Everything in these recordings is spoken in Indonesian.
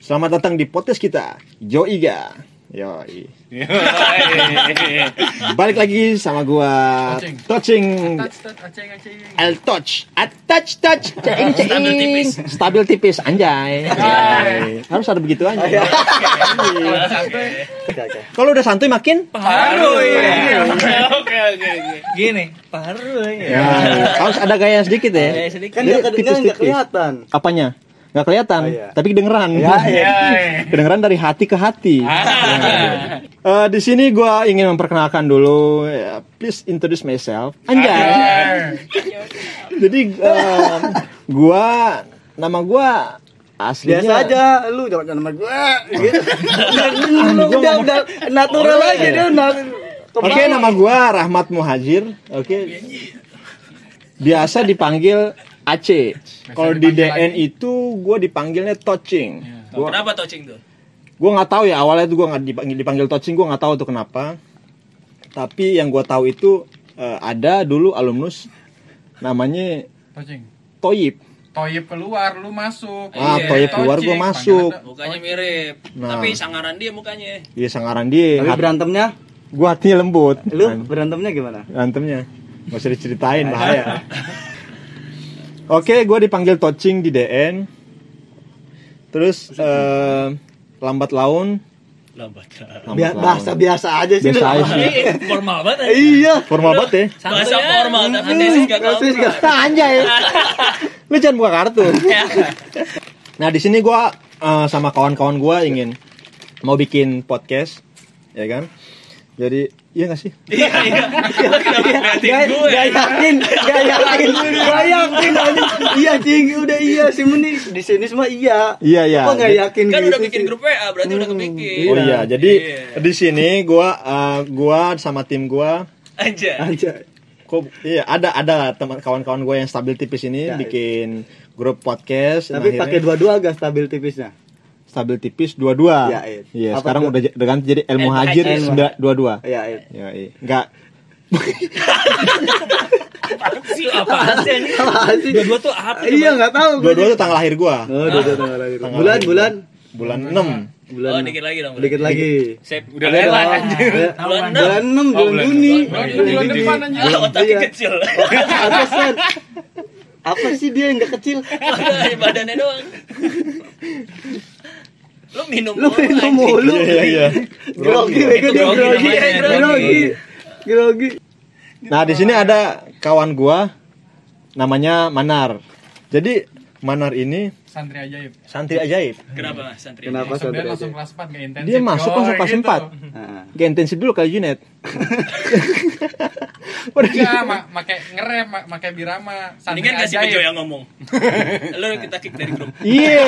Selamat datang di podcast kita, Joiga. Yoi. Balik lagi sama gua Touching El Touch. Stabil tipis anjay. Harus ada begitu aja. Kalau udah santuy makin Paruy. Oke. Gini, paruy. Ya, harus ada gaya sedikit ya. Kan nggak kelihatan. Apanya? Nggak kelihatan, tapi kedengeran. Ya. Kedengeran dari hati ke hati. Di sini gue ingin memperkenalkan dulu. Please introduce myself. Anjay. Jadi nama gue aslinya. Biasa aja, lu jangan nama gue. Gitu. Udah natural aja dia. Oke, nama gue Rahmat Muhajir. Oke. Biasa dipanggil Aceh. Kalau di DN itu gue dipanggilnya Touching. Kenapa Touching tuh? Gue nggak tahu ya, awalnya tuh gue nggak dipanggil Touching, gue nggak tahu tuh kenapa. Tapi yang gue tahu itu ada dulu alumnus namanya Touching. Toyib. Toyib keluar, lu masuk. Toyib keluar, gue masuk. Mukanya mirip. Nah. Tapi sangaran dia mukanya. Iya, sangaran dia. Tapi berantemnya, Gue hatinya lembut. lu berantemnya gimana? Berantemnya nggak usah diceritain, bahaya. Oke, gue dipanggil Touching di DN. Terus lambat laun. Bahasa biasa aja sih. Biasa aja sih. Formal banget. Iya. Formal banget ya. Bahasa formal tapi tesis gak tahu. Anjay. Lu jangan buka kartu. Nah, di sini gue sama kawan-kawan gue ingin mau bikin podcast, ya kan? Jadi, iya nggak sih? Iya. Gak yakin. Iya cing, udah iya sih meni di sini semua iya. Iya. Kok nggak yakin Kan gitu udah bikin sih? grup WA, berarti udah kebikin. Oh iya, jadi di sini gua sama tim gua Anjay. ada teman kawan-kawan gue yang stabil tipis ini bikin grup podcast. Tapi Nah, pakai dua-dua agak stabil tipisnya. stabil tipis 22. Ya, Iya, apa sekarang tuh? udah ganti jadi El Muhajir 22. Iya. Iya. Enggak. Apaan sih ini? Dua-dua tuh apa? Iya nggak tahu. 22 itu tanggal lahir gua. Oh, tanggal lahir. Bulan 6. Oh, dikit lagi dong. Dikit lagi. Sip. Udah lewat anjir. Bulan 6. Bulan Juni. Bulan depan anjir. Otaknya Iya. kecil. Atasan. Apa sih dia yang nggak kecil? Badannya doang. Lu minum mulu. Iya. Grogi. Nah, di sini ada kawan gua namanya Manar. Jadi Manar ini Santri ajaib. santri ajaib. Kenapa santri? Kenapa Masuk dia saudara? langsung kelas 4 ke intensif. Dia masuk langsung kelas 4. Nah. Gak intensif dulu kali Junet. Enggak, pakai ngerem, pakai birama. Santri Mendingan kasih ajaib. Bejo yang ngomong. Lu kita kick dari grup. Iya.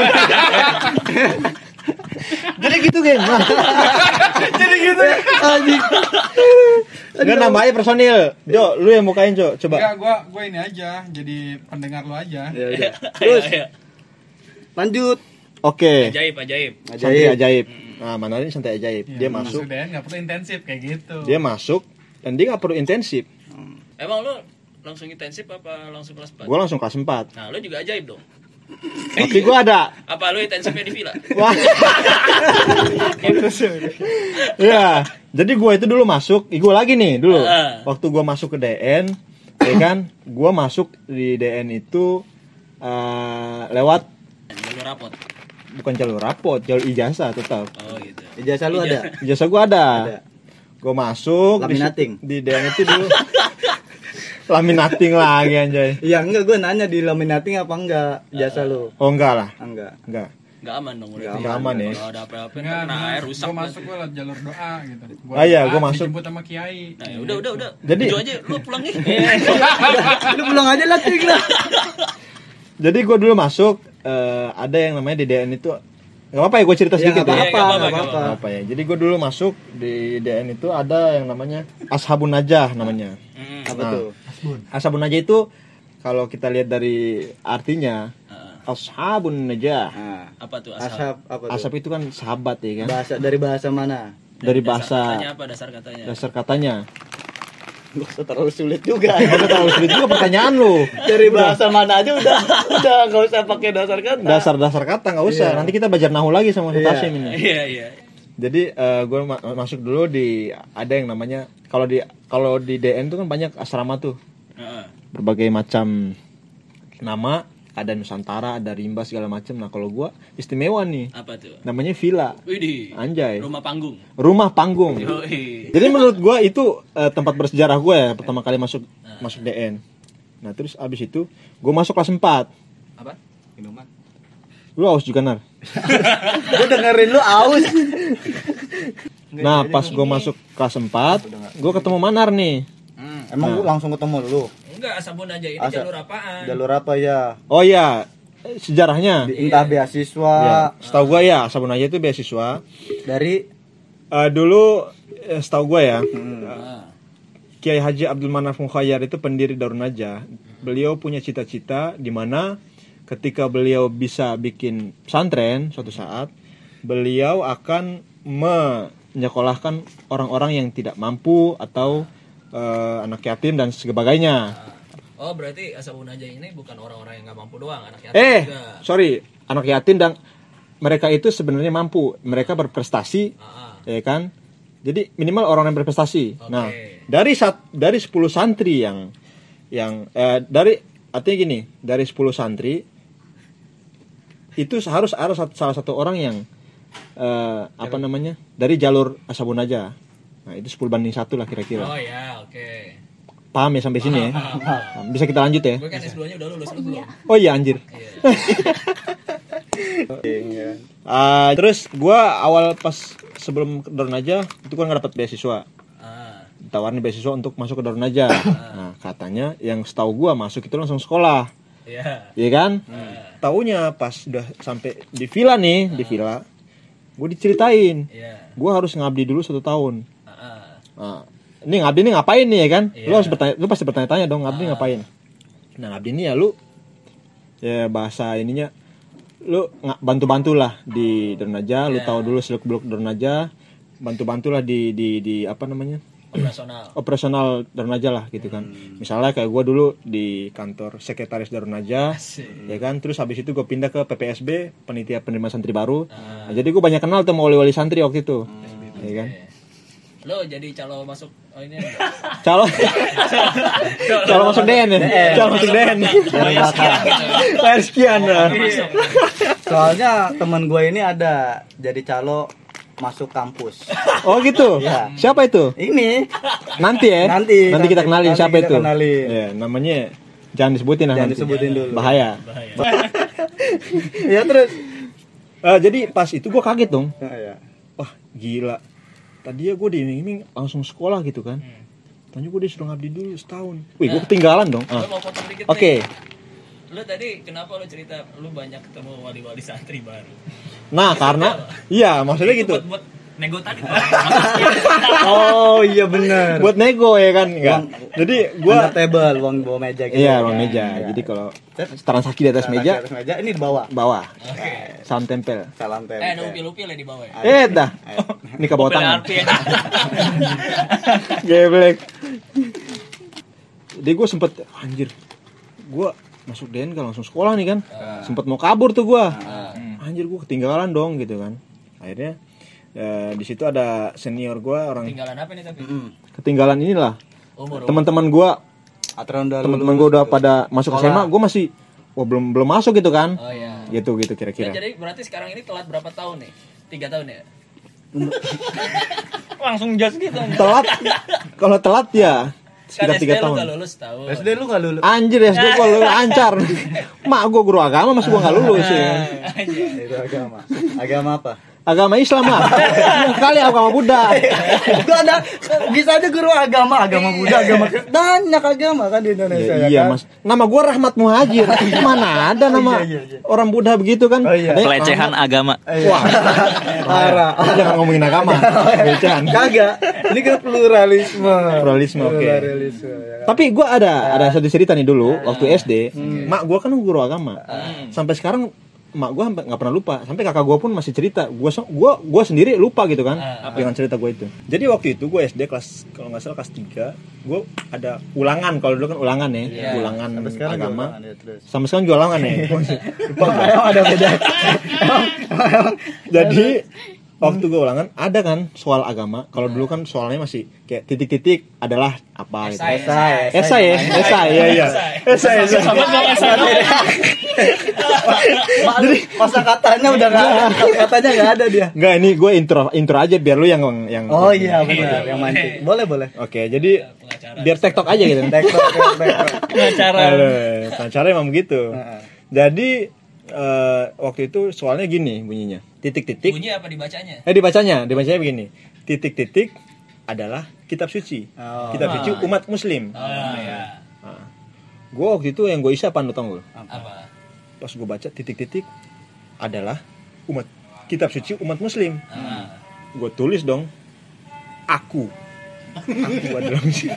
Jadi gitu, geng. Jadi gitu. Enggak namanya personil. Jo, lu yang bukain, Jo. Coba. Enggak, gua ini aja, jadi pendengar lu aja. Ya udah. Terus lanjut. Oke. Ajaib. Santri ajaib. Nah, Manar ini santri ajaib. Iya, Dia masuk. deh, enggak perlu intensif kayak gitu. Dia masuk dan dia nggak perlu intensif. Emang lu langsung intensif apa langsung kelas 4? Gue langsung kelas 4. Nah, lu juga ajaib dong. Tapi gue ada. Apa lu intensifnya di villa? Wah. Ya, jadi gue itu dulu masuk. Gue lagi nih dulu. Waktu gue masuk ke DN, ya kan? Gue masuk di DN itu lewat Jalur rapot. bukan jalur rapot, jalur ijazah tetap. Oh gitu. Ijazah lu ada? Ijazah gue ada. Gue masuk Laminating. di DN itu dulu. Laminating lagi anjay. Iya enggak, gue nanya di laminating apa enggak ijazah lu? Oh enggak lah, Enggak. enggak. Enggak aman dong udah. Enggak aman ya. Kalau ada apa-apa Enggak, kena air rusak. Gua masuk gua lewat jalur doa gitu. Ah, iya, gua masuk. Dijemput sama kiai. Nah, ya udah. Jadi- Bejo aja lu pulang nih. Lu pulang aja lah, Cing lah. Jadi gue dulu masuk ada yang namanya di DN itu nggak apa-apa ya gue cerita sedikit Nggak ya. apa-apa, Nggak nggak apa-apa. apa-apa. Nggak apa ya. Jadi gue dulu masuk di DN itu ada yang namanya Ashabun Najah namanya. Apa Nah. tuh? Ashabun Najah itu kalau kita lihat dari artinya Ashabun Najah. Nah, Apa tuh ashab apa tuh? Ashab itu kan sahabat ya kan. Dari bahasa mana? Dari bahasa Katanya apa dasar katanya? dasar katanya Gak usah terlalu sulit juga. Gak terlalu sulit juga pertanyaan lu. Dari bahasa mana aja udah nggak usah pakai dasar kata. Dasar kata nggak usah. Nanti kita belajar nahu lagi sama Ustaz Hashim ini. Iya. Jadi gue masuk dulu di ada yang namanya kalau di DN tuh kan banyak asrama tuh. Berbagai macam nama, ada Nusantara, ada Rimba segala macam. Nah, kalau gue istimewa nih. Apa tuh? Namanya villa. Widih. Anjay. Rumah panggung. Yoi. Jadi menurut gue itu tempat bersejarah gue ya pertama kali masuk DN. Nah, terus abis itu gue masuk kelas 4. Apa? Minuman. Lu aus juga, Nar? Gue dengerin lu aus. Nah, pas gue masuk kelas 4, gue ketemu Manar nih. Emang lu langsung ketemu dulu? Enggak, sabun aja ini jalur apaan? Jalur apa ya? Oh iya, sejarahnya. Entah beasiswa. Ya, setahu gue ya, sabun aja itu beasiswa. Dari dulu setahu gue ya. Kiai Haji Abdul Manaf Mukhayyar itu pendiri Darun Najah. Beliau punya cita-cita di mana ketika beliau bisa bikin pesantren suatu saat, beliau akan menyekolahkan orang-orang yang tidak mampu atau anak yatim dan sebagainya. Oh, berarti Ashabun Najah ini bukan orang-orang yang nggak mampu doang, anak yatim juga. Sorry, anak yatim dan mereka itu sebenarnya mampu, mereka berprestasi, ya kan? Jadi minimal orang yang berprestasi. Okay. Nah, dari 10 santri yang artinya gini, dari 10 santri itu harus ada salah satu orang yang dari jalur Ashabun Najah. Nah, itu 10/1 lah kira-kira. Oh ya, oke. Paham ya sampai sini ya? Bisa kita lanjut ya? Gue kan S2-nya udah lulus, lu belum? Oh iya, anjir. Terus gue awal pas sebelum ke Darun Najah itu kan nggak dapat beasiswa. Ditawarin beasiswa untuk masuk ke Darun Najah. Nah, katanya yang setahu gue masuk itu langsung sekolah. Iya kan? Taunya pas udah sampai di villa nih, gue diceritain. Gue harus ngabdi dulu 1 tahun. Nah, ini ngabdi nih ngapain nih ya kan? Lu pasti bertanya-tanya dong, ngabdi ngapain? Nah, ngabdi ini ya lu ya bahasa ininya lu bantu-bantulah di Darun Najah, lu tahu dulu seluk-beluk Darun Najah, bantu-bantulah di apa namanya? Operasional Darun Najah lah gitu kan. Misalnya kayak gue dulu di kantor sekretaris Darun Najah, ya kan. Terus habis itu gue pindah ke PPSB, panitia penerima santri baru. Nah, jadi gue banyak kenal tuh sama wali-wali santri waktu itu, ya kan. Lo jadi calo masuk ini calo masuk DN ya? Calo masuk DN. Bayar sekian. Soalnya teman gue ini ada jadi calo masuk kampus. Oh gitu? Ya. Siapa itu? Ini. Nanti ya? Nanti kita kenalin siapa itu. Ya, namanya jangan disebutin lah. Jangan disebutin dulu. Bahaya. Ya terus. Jadi pas itu gue kaget dong. Ya. Wah gila. Tadi ya gue diiming-iming langsung sekolah gitu kan. Tanya gue disuruh ngabdi dulu setahun. Wih gue ketinggalan dong. Oke. Lu tadi kenapa lu cerita lu banyak ketemu wali-wali santri baru? Nah, karena iya, maksudnya gitu. Buat nego tadi. Oh, iya benar. Buat nego ya kan? Enggak. Jadi gua table, uang bawah meja gitu. Iya, bawah meja. Jadi kalau transaksi di atas meja, ini di bawah. Bawah. Oke. Salam tempel. Ada upil-upil ya di bawah ya? Dah. Ini ke bawah tangan. Geblek. Jadi gue sempet anjir. Gue masuk DN kan langsung sekolah nih kan. Sempet mau kabur tuh gue. Anjir gue ketinggalan dong gitu kan. Akhirnya di situ ada senior gue orang. Ketinggalan apa nih tapi? Ketinggalan inilah. Teman-teman gue. Teman-teman gue udah pada masuk SMA, gue masih belum masuk gitu kan. Oh iya. Gitu kira-kira. Jadi berarti sekarang ini telat berapa tahun nih? 3 tahun ya? Langsung jas gitu. Telat. Kalau telat ya sekitar 3 tahun. Lu lulus tahun. SD lu gak lulus. Anjir, SD gua lancar. Mak gua guru agama masih gua enggak lulus ya. Itu agama. Agama apa? Agama Islam lah. Kali agama Buddha. Gua ada bisa aja guru agama Buddha, agama banyak agama kan di Indonesia iya, kan? Mas. Nama gua Rahmat Muhajir. Mana ada nama orang Buddha begitu kan? Oh, iya. Pelecehan agama. Wah. Parah. Jangan ngomongin agama. Pelecehan. Kagak. Ini kan pluralisme. Oke. Ya. Tapi gua ada satu cerita nih dulu waktu SD. Mak gua kan guru agama. Sampai sekarang mak gue nggak pernah lupa, sampai kakak gue pun masih cerita, gue sendiri lupa gitu kan dengan cerita gue itu. Jadi waktu itu gue SD kelas, kalau nggak salah kelas 3, gue ada ulangan, kalau dulu kan ulangan ya, ulangan agama, sama sekarang juga ulangan ya. Lupa Emang ada beda. Jadi waktu gue ulangan ada kan soal agama. Kalau dulu kan soalnya masih kayak titik-titik adalah apa gitu. Esai. Sama dong esai. Jadi masa katanya udah nggak ada, katanya nggak ada dia. Enggak, ini gue intro aja biar lu yang Oh iya benar, yang mancing. Boleh. Oke, jadi biar tektok aja gitu. Pengacara emang begitu. Jadi waktu itu soalnya gini bunyinya. Titik-titik. Bunyi apa dibacanya? Dibacanya begini. Titik-titik adalah kitab suci. Kitab suci umat muslim. Iya. Gue waktu itu yang gue isi apa tau gue? Apa? Pas gue baca titik-titik adalah kitab suci umat muslim. Gue tulis dong, aku adalah muslim.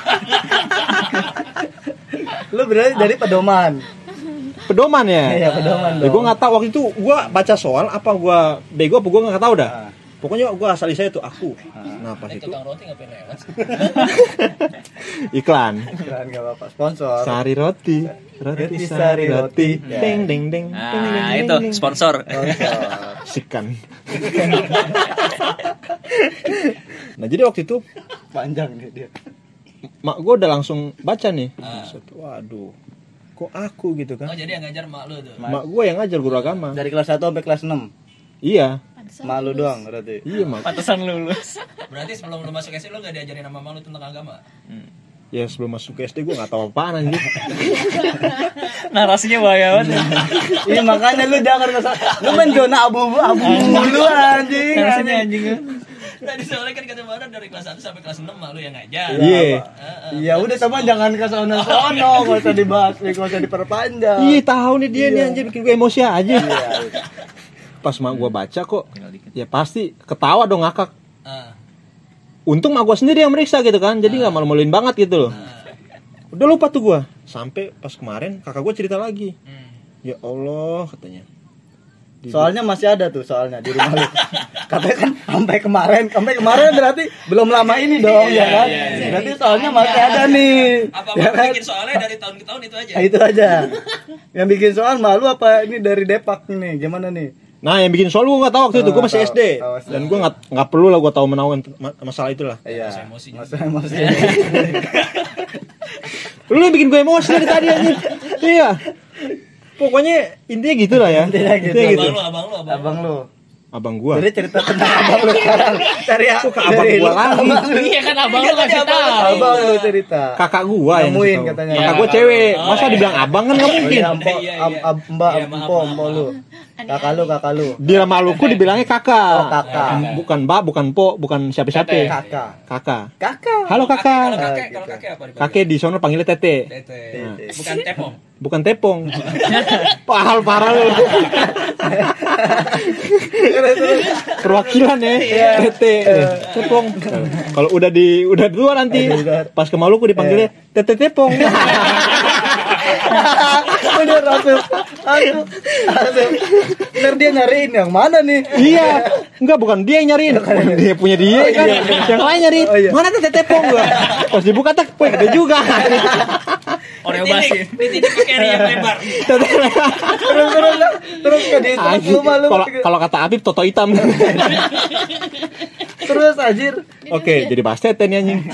Lu berarti dari pedoman ya? Iya, pedoman dong. Gue nggak tahu waktu itu gue baca soal apa gue bego apa gue nggak tahu dah. Pokoknya gue asal saya itu aku. Nah pas itu tukang roti ngapain lewat? iklan nggak apa-apa, sponsor. Sari roti sari roti, ding ding ding. Nah itu sponsor. Sikan. Nah jadi waktu itu Panjang nih dia. mak gue udah langsung baca nih. Waduh, kok aku gitu kan? Oh jadi yang ngajar mak lu tuh. Mak gue yang ngajar guru agama. Dari kelas 1 sampai kelas 6. Iya. Mak lu doang berarti. Iya mak. Pantesan lulus. Berarti sebelum lu masuk SD lu gak diajarin sama mak lu tentang agama? Ya sebelum masuk ke SD gue nggak tahu apaan anjir. Narasinya bahaya banget. Iya makanya lu jangan lu main zona abu-abu dulu anjing. Narasinya anjing. Tadi soalnya kan kata Bara dari kelas 1 sampai kelas 6 mak lu yang ngajar. Iya. Iya udah sama jangan ke sono-sono, enggak usah dibahas, enggak usah diperpanjang. Iya tahu nih dia nih anjir bikin gue emosi aja. Pas mak gue baca kok, ya pasti ketawa dong ngakak. Untung mak gue sendiri yang meriksa gitu kan, jadi nggak malu-maluin banget gitu loh. Udah lupa tuh gue. Sampai pas kemarin kakak gue cerita lagi. Ya Allah katanya. Soalnya masih ada tuh soalnya di rumah lu. Katanya kan sampai kemarin berarti belum lama ini dong ya kan. Berarti soalnya masih ada nih. Apa ya kan? bikin soalnya dari tahun ke tahun itu aja. Nah, itu aja. Yang bikin soal malu apa ini dari Depak nih? Gimana nih? Nah yang bikin soal gue nggak tahu waktu itu, gue masih SD dan gue nggak perlu lah gue tahu menawan masalah itulah. Iya. Masa emosi. Lu yang bikin gue emosi dari tadi anjir. Iya. Pokoknya intinya gitu lah ya. Intinya gitu. Abang lu. Abang gua. Jadi cerita tentang abang lu sekarang. Dari abang gua lagi. Iya kan abang lu kasih tahu. Abang lu cerita. Kakak gua yang nemuin tahu. katanya. Kakak gua cewek. Masa dibilang abang kan enggak mungkin. Mbak, Mbak lu. Kakak lu. Di Maluku dibilangnya kakak. Oh, kakak. Bukan mbak, bukan po, bukan siapa-siapa. Kakak. Halo kakak. Kalau kakek apa? Kakek di sono panggilnya tete. Bukan tepong. Bukan tepong. Parah lu. Perwakilan ya. Tete. Tepong. Kalau udah tua nanti pas ke Maluku dipanggilnya tete tepong. Udah aduh. Ntar dia nyariin yang mana nih? Iya. Enggak, bukan dia yang nyariin. Dia punya dia kan. Yang lain nyariin. Mana tete tepong gua? Pas dibuka tak, wah ada juga. Oreo basin. Ini pakai yang lebar. Terus ke dia Kalau kata Abib toto hitam. Terus anjir. Oke, jadi bahas tete nih anjing.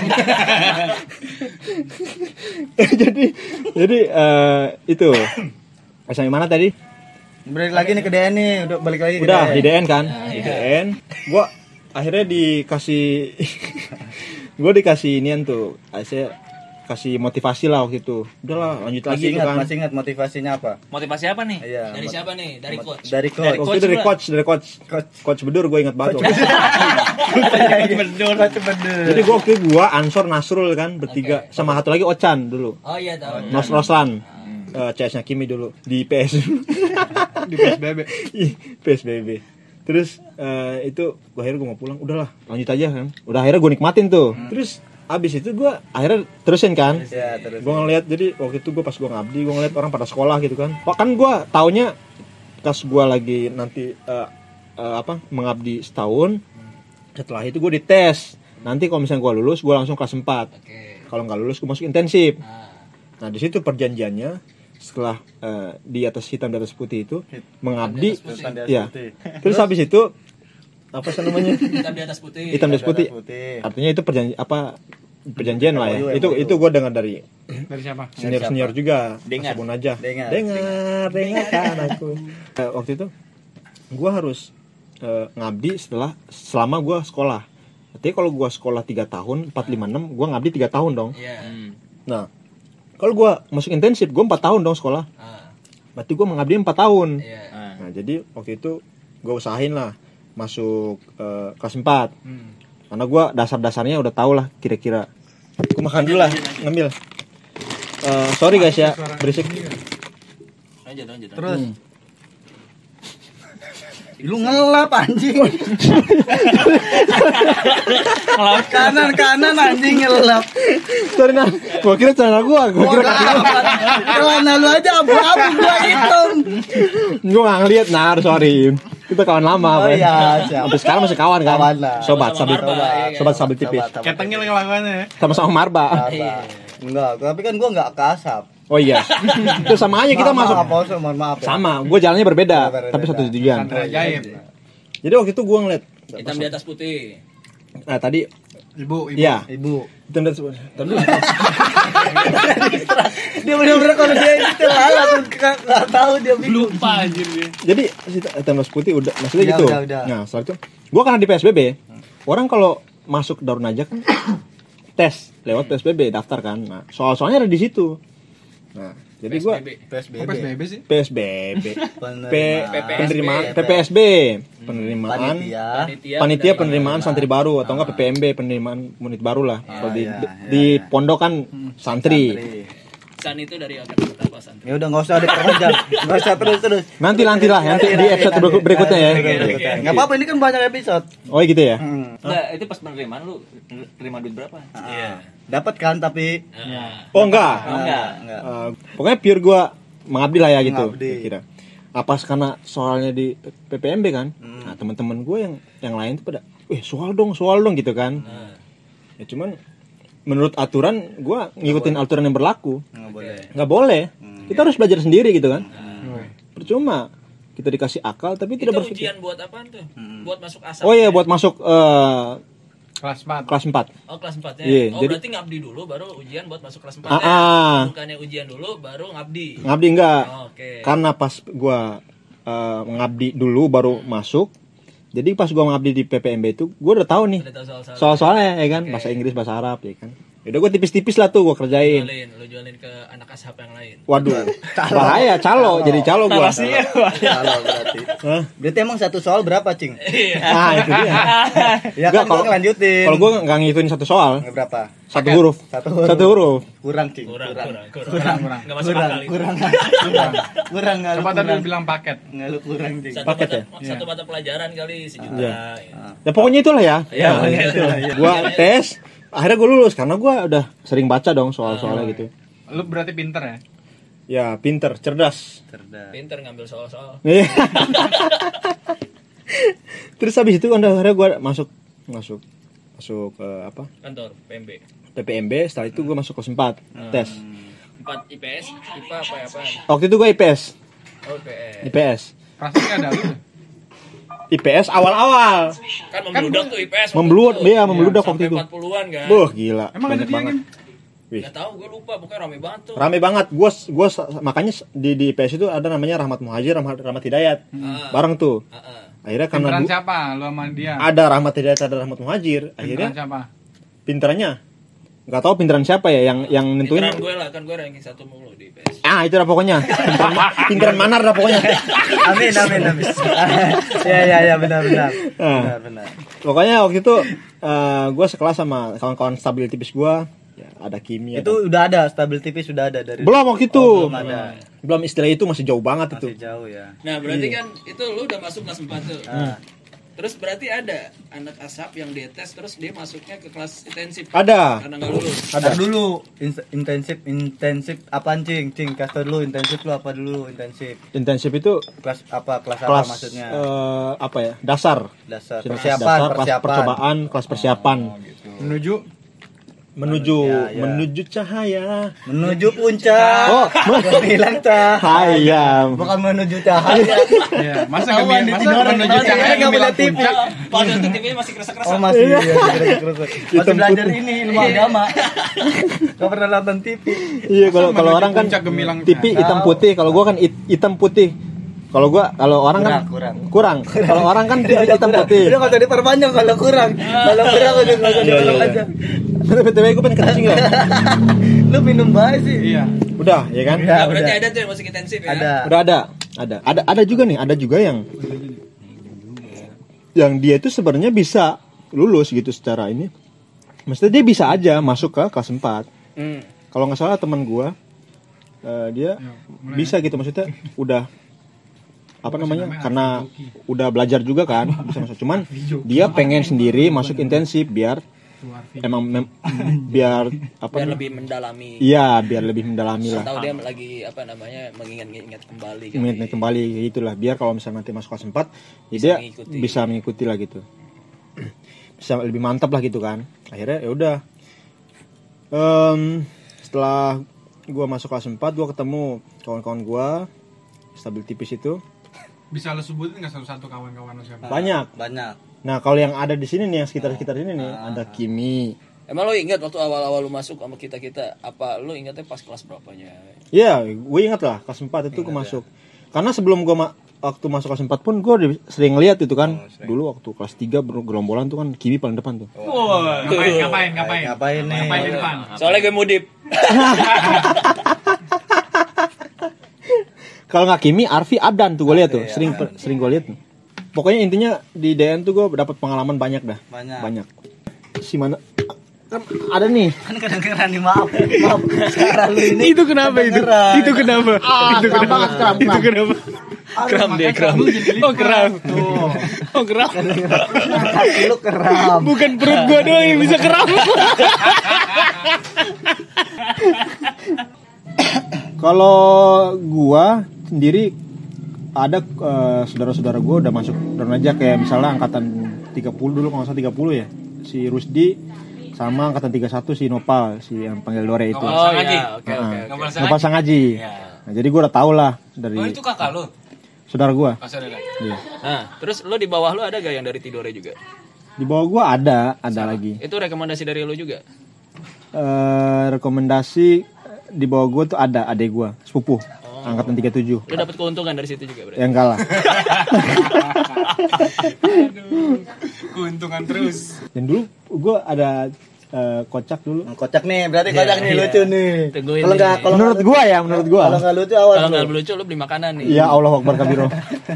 jadi itu. Sampai mana tadi? Balik lagi nih ke DN nih, udah balik lagi ke Udah DN. di DN kan? Di DN. Gua akhirnya dikasih inian tuh. Saya kasih motivasi lah waktu itu. Udahlah, lanjut lagi itu kan. Masih ingat motivasinya apa? Motivasi apa nih? Iya, Dari siapa nih? Dari coach. Dari coach. Waktu itu dari coach Bedur, gue ingat banget. Coach Bedur. Jadi gue waktu itu Ansor Nasrul kan bertiga sama satu lagi Ochan dulu. Oh iya tahu. Roslan. CS-nya Kimi dulu di PS. Di PSBB. PSBB. Terus itu akhirnya gue mau pulang, udahlah lanjut aja kan. Udah akhirnya gue nikmatin tuh. Terus abis itu gue akhirnya terusin kan. Ya, terusin. Gue ngeliat, jadi waktu itu gue pas gue ngabdi gue ngeliat orang pada sekolah gitu kan. Kan gue taunya pas gue lagi nanti mengabdi setahun, setelah itu gue dites. Nanti kalau misalnya gue lulus, gue langsung kelas 4. Kalau nggak lulus, gue masuk intensif. Nah di situ perjanjiannya setelah di atas hitam di atas putih itu mengabdi, ya. Terus habis itu apa namanya? Hitam di atas putih. Hitam di atas putih. Artinya itu perjanjian lah ya. Itu gue dengar dari siapa? Senior juga. Dengar. Sebut aja. Dengar kan aku. Waktu itu gue harus ngabdi selama gue sekolah. Artinya kalau gue sekolah 3 tahun, 4, 5, 6, gue ngabdi 3 tahun dong. Nah, kalau gue masuk intensif, gue 4 tahun dong sekolah. Berarti gue mengabdi 4 tahun. Nah, jadi waktu itu gue usahain lah masuk kelas 4. Karena gue dasar-dasarnya udah tau lah kira-kira. Gue makan dulu lah, ngambil. Sorry guys ya, berisik. Lanjut. Terus lu ngelap anjing. kanan anjing ngelap. Sorry nah, gua kira celana gua kira celana lu aja abu-abu, gua hitam. Gua nggak ngeliat, nah sorry. Kita kawan lama, iya, siap. Sampai sekarang masih kawan kan? Kawan lah. Sobat sabil tipis. Ketengil kelakuannya. Sama-sama marba. Enggak, tapi kan gua enggak kasap. Oh iya. Itu sama aja kita masuk. Maaf ya. Sama, gua jalannya berbeda, tapi satu tujuan. Jadi waktu itu gua ngeliat hitam di atas putih. Nah, tadi Ibu. Iya. Ibu. Hitam di atas putih. Dia benar-benar kalau dia itu lalat enggak tahu dia Lupa anjir dia. Jadi hitam di atas putih udah maksudnya gitu. Udah. Nah, setelah itu gua karena di PSBB, orang kalau masuk Darun Najak kan tes lewat PSBB daftar kan. Nah, soal-soalnya ada di situ. Nah, jadi gua PSBB sih. PSBB. Penerimaan PPSB, penerimaan panitia penerimaan santri baru atau enggak PPMB, penerimaan murid baru lah. Kalau di pondok kan santri. San itu dari kata apa santri? Ya udah enggak usah diperpanjang. Enggak usah terus. Nanti di episode berikutnya ya. Enggak apa-apa, ini kan banyak episode. Oh gitu ya. Enggak, itu pas penerimaan lu terima duit berapa? Iya. Dapat kan tapi Oh enggak. enggak. Pokoknya pure gua mengabdi lah ya gitu. Mengabdi. Kira. Apa karena soalnya di PPMB kan? Nah, teman-teman gue yang lain tuh pada, soal dong gitu kan. Ya cuman menurut aturan gue ngikutin aturan yang berlaku. Nggak boleh. Kita harus belajar sendiri gitu kan. Percuma kita dikasih akal tapi tidak berpikir. Ujian buat apaan tuh? Buat masuk asal. Oh iya, buat masuk kelas 4. Kelas 4. Oh, kelas 4-nya. Iya, jadi berarti ngabdi dulu baru ujian buat masuk kelas 4. Bukannya ujian dulu baru ngabdi. Ngabdi enggak. Oke. Karena pas gua ngabdi dulu baru masuk. Jadi pas gua ngabdi di PPMB itu gua udah tahu nih soal-soalnya ya kan, bahasa Inggris, bahasa Arab ya kan. Udah gue tipis-tipis lah tuh gue kerjain. Lu jualin ke anak ashab yang lain. Waduh, bahaya jadi calo gue. Calo berarti. Berarti emang satu soal berapa, Cing? Nah, itu dia. Ya kan kalau lanjutin. Kalau gue nggak ngituin satu soal. Berapa? Satu huruf. Kurang, Cing. Kurang. Enggak masuk akal itu. Kurang. Coba tadi bilang paket. Enggak lu kurang, Cing. Paket ya? Satu mata pelajaran kali sejuta. Ya pokoknya itulah ya. Gue tes. Akhirnya gue lulus karena gue udah sering baca dong soal-soalnya gitu. Lu berarti pinter ya? Ya pinter, cerdas. Pinter ngambil soal-soal. Terus habis itu akhirnya gue masuk apa? Kantor PPMB. Setelah itu gue masuk kelas 4 tes. 4 IPS, IPA apa? Waktu itu gue IPS. Oh, IPS. Rasanya ada lu. IPS awal-awal. Kan membludak tuh IPS. Membludak waktu itu. 40-an kan. Gila. Emang banyak banget. Enggak tahu, gue lupa, pokoknya rame banget tuh. Rame banget. Gua makanya di IPS itu ada namanya Rahmat Muhajir, Rahmat Hidayat. Bareng tuh. Akhirnya karena pinteran siapa? Lu sama dia? Ada Rahmat Hidayat, ada Rahmat Muhajir. Akhirnya pinteran siapa? Pinterannya nggak tahu pinteran siapa ya yang nentuin. Pinteran gue lah, kan gue ranking 1 mulu di IPS. Itu dah pokoknya. Pinteran manar dah pokoknya. Amin. Ya benar. Pokoknya waktu itu gue sekelas sama kawan-kawan stabil tipis gue. Ya, ada kimia. Itu udah ada, stabil tipis sudah ada dari. Belum waktu itu. Belum ada. Belum, istilah itu masih jauh banget itu. Masih jauh ya. Nah, berarti kan itu lu udah masuk kelas 4 tuh. Terus berarti ada anak asap yang dia tes terus dia masuknya ke kelas intensif. Ada. Karena nggak lulus. Ada dulu intensif apaan cing kasih dulu intensif lu apa dulu intensif itu kelas apa maksudnya apa ya, dasar kelas percobaan, kelas persiapan menuju cahaya, menuju puncak. Bilang cahaya, bukan menuju cahaya. Iya, masa menuju cahaya nggak punya TV. Padahal itu TV masih kerasa-kerasa. Oh masih masih belajar ini ilmu agama. Nggak pernah nonton TV. Iya, kalau orang kan TV hitam putih, kalau gua kan hitam putih. Kalau orang kan kurang. Kalau orang kan hitam putih. Udah enggak usah diperpanjang kalau kurang. Kalau kurang udah enggak usah diperpanjang. BTW gue pengen kencing loh. Lu minum bae sih. Iya. Udah, ya kan? Ya, berarti ada tuh yang masuk intensif ya. Udah ada juga nih, ada juga yang dia itu sebenarnya bisa lulus gitu secara ini. Maksudnya dia bisa aja masuk ke kelas 4. Kalau nggak salah teman gua dia bisa gitu, maksudnya udah karena udah belajar juga kan bisa masuk, cuman dia pengen sendiri masuk intensif biar biar lebih mendalami. Iya, biar lebih mendalami lah. Atau dia lagi mengingat kembali. Mengingat kembali gitulah, biar kalau misalnya nanti masuk kelas 4 ya dia bisa mengikuti lah gitu. Bisa lebih mantap lah gitu kan. Akhirnya ya udah. Setelah gua masuk kelas 4, gua ketemu kawan-kawan gua stabil tipis itu. Bisa lo sebutin nggak satu-satu kawan-kawan lo siapa? Banyak. Nah, kalau yang ada di sini nih, yang sekitar sini nih, ada Kimi. Emang lo ingat waktu awal-awal lo masuk sama kita apa lo ingatnya pas kelas berapanya? Iya, gue ingat lah kelas 4 itu gue masuk. Karena sebelum gue waktu masuk kelas 4 pun gue sering lihat itu kan. Dulu waktu kelas 3 gerombolan tuh kan Kimi paling depan tuh. Ngapain di depan? Soalnya gue mudip. Kalau nggak Kimi, Arfi, Adan tuh gue lihat tuh, sering gue lihat. Pokoknya intinya di DN tuh gue dapat pengalaman banyak dah. Banyak. Si mana? Kan ada nih. Kan kedengeran nih, maaf. Sekarang lu ini. Itu kenapa itu? Itu kenapa? Kram. Oh, kram. Kaki lu kram. Bukan perut gue doang yang bisa kram. Kalau gua sendiri ada saudara-saudara gua udah masuk Dornaja, kayak misalnya angkatan 30 dulu, kalau nggak salah 30 ya, si Rusdi sama angkatan 31 si Nopal, si yang panggil Dore itu. Oke. Nopal Sangaji. Nah, jadi gua udah tau lah dari. Oh, itu kakak lo? Saudara gua. Saudara. Iya. Nah, terus lo di bawah lo ada gak yang dari Tidore juga? Di bawah gua ada lagi. Itu rekomendasi dari lo juga? Rekomendasi di bawah gue tuh ada adek gue sepupuh angkatan 37. Lu dapat keuntungan dari situ juga berarti? Ya enggak lah. Keuntungan terus. Dan dulu gue ada kocak dulu. Kocak nih, berarti kocak nih, lucu nih. Kalau menurut gue kalau nggak lucu awas. Kalau nggak lucu lu beli makanan nih. Iya, Allah Akbar kabiro.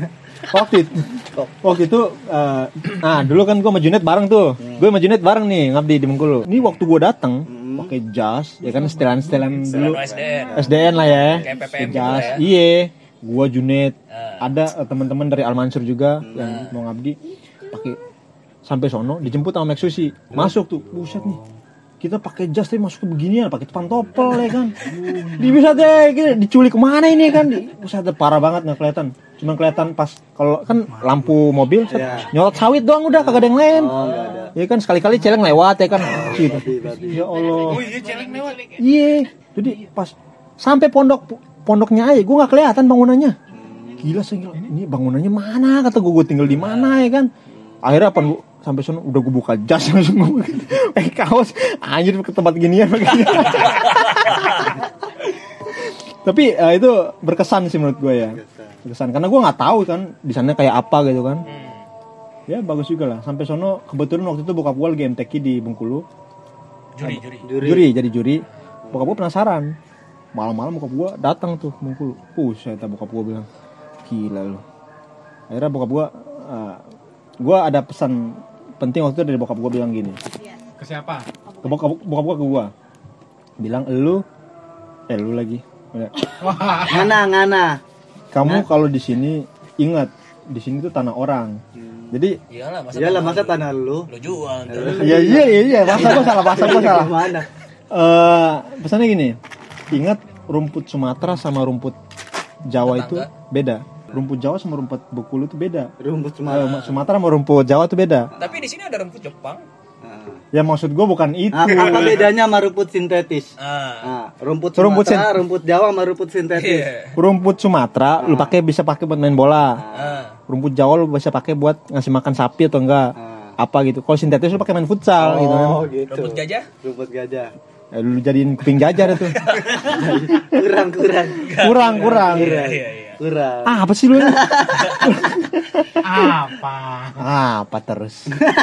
Waktu itu dulu kan gue sama Junet bareng tuh. Gue sama Junet bareng nih ngabdi di Bengkulu. Ini waktu gue datang pakai jas, ya kan setelan dulu. SDN lah ya. Kayak jas. Iya. Gua Junet, ada teman-teman dari Al-Mansur juga yang mau ngabdi, pakai sampai sono dijemput sama Max Susi. Masuk tuh. Buset nih. Kita pakai jas tapi masuk ke beginian, pakai pantopel ya kan. Bisa deh, diculik kemana ini kan? Buset, parah banget, nggak kelihatan. Cuma kelihatan pas kalau kan lampu mobil nyorot sawit doang udah, kagak ada yang lain. Ya kan sekali-kali celeng lewat ya kan. Gitu. Ya Allah. Oh iya, celeng lewat. Iya. Jadi pas sampai pondoknya aja gue nggak kelihatan bangunannya. Gila sih, ini bangunannya mana? Kata gue tinggal di mana ya kan. Akhirnya apa sampai sana udah gue buka jas langsung gue pakai kaos anjir ke tempat ginian begini. Tapi itu berkesan sih menurut gue ya. Berkesan karena gue nggak tahu kan di sana kayak apa gitu kan. Ya bagus juga lah. Sampai sono kebetulan waktu itu bokap gue lagi MTQ di Bengkulu. Juri jadi juri. Bokap gue penasaran. Malam-malam bokap gue datang tuh ke Bengkulu. Saya bokap gue bilang, gila lu. Akhirnya bokap gue ada pesan penting waktu itu dari bokap gue bilang gini. Ke siapa? Ke bokap gue ke gue. Bilang lu lagi. Ngana. Kamu kalau di sini ingat, di sini tuh tanah orang. Jadi iyalah masa tanah lu jual. Iya, bahasa gua salah. Gimana? Pesannya gini. Ingat rumput Sumatera sama rumput Jawa itu beda. Rumput Jawa sama rumput Bengkulu itu beda. Rumput Sumatera sama rumput Jawa itu beda. Tapi di sini ada rumput Jepang. Ya maksud gua bukan itu. Apa bedanya sama rumput sintetis? Rumput Sumatera, rumput Jawa sama rumput sintetis. Rumput Sumatera lu bisa pakai buat main bola. Rumput Jawa lu bisa pakai buat ngasih makan sapi atau enggak. Apa gitu. Kalau sintetis lu pakai main futsal gitu kan. Gitu. Rumput gajah. Lu jadiin kuping gajah itu. Kurang. Kurang. Apa sih lu? Apa terus?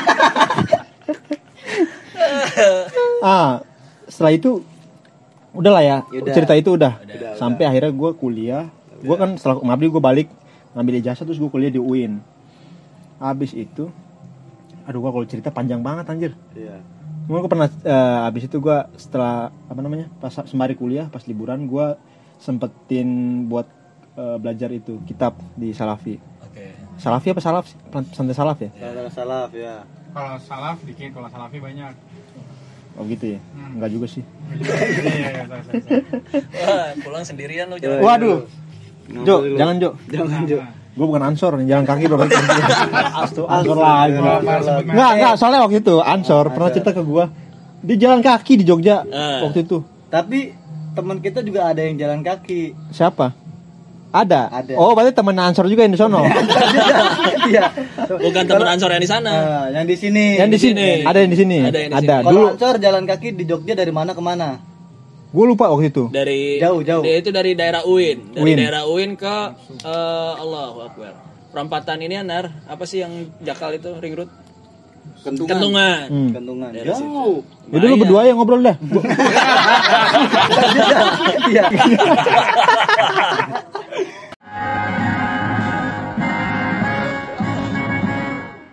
Setelah itu udahlah ya. Cerita itu udah. Sampai akhirnya gue kuliah. Gue kan setelah ngabdi gue balik ngambil ijazah terus gue kuliah di UIN. Habis itu gue kalau cerita panjang banget anjir. Iya. Cuma gue pernah habis itu gue setelah pas sembari kuliah pas liburan gue sempetin buat belajar itu kitab di Salafi. Salafi apa Salaf? Santai Salaf ya? Salaf ya. Kalau Salaf dikit, kalau Salafi banyak. Oh gitu ya? Enggak juga sih. Iya. Pulang sendirian lu jalan. Waduh. Jangan Jo. Gue bukan Ansor, jalan kaki bro. Ansor lagi. Enggak, soalnya waktu itu Ansor pernah cerita ke gue. Dia jalan kaki di Jogja waktu itu. Tapi teman kita juga ada yang jalan kaki. Siapa? Ada. Oh, berarti teman Ansor juga yang di sono. Iya. Bukan teman Ansor yang di sana. Yang di sini. Ada yang di sini. Ada. Kalau Ansor jalan kaki di Jogja dari mana ke mana? Gue lupa waktu itu. Dari jauh. Dia itu dari daerah UIN. Daerah UIN ke Allahu Akbar. Perempatan ini Anar, apa sih yang Jakal itu ring road? Kentungan. Jauh. Jadi lu berdua yang ngobrol dah. Iya.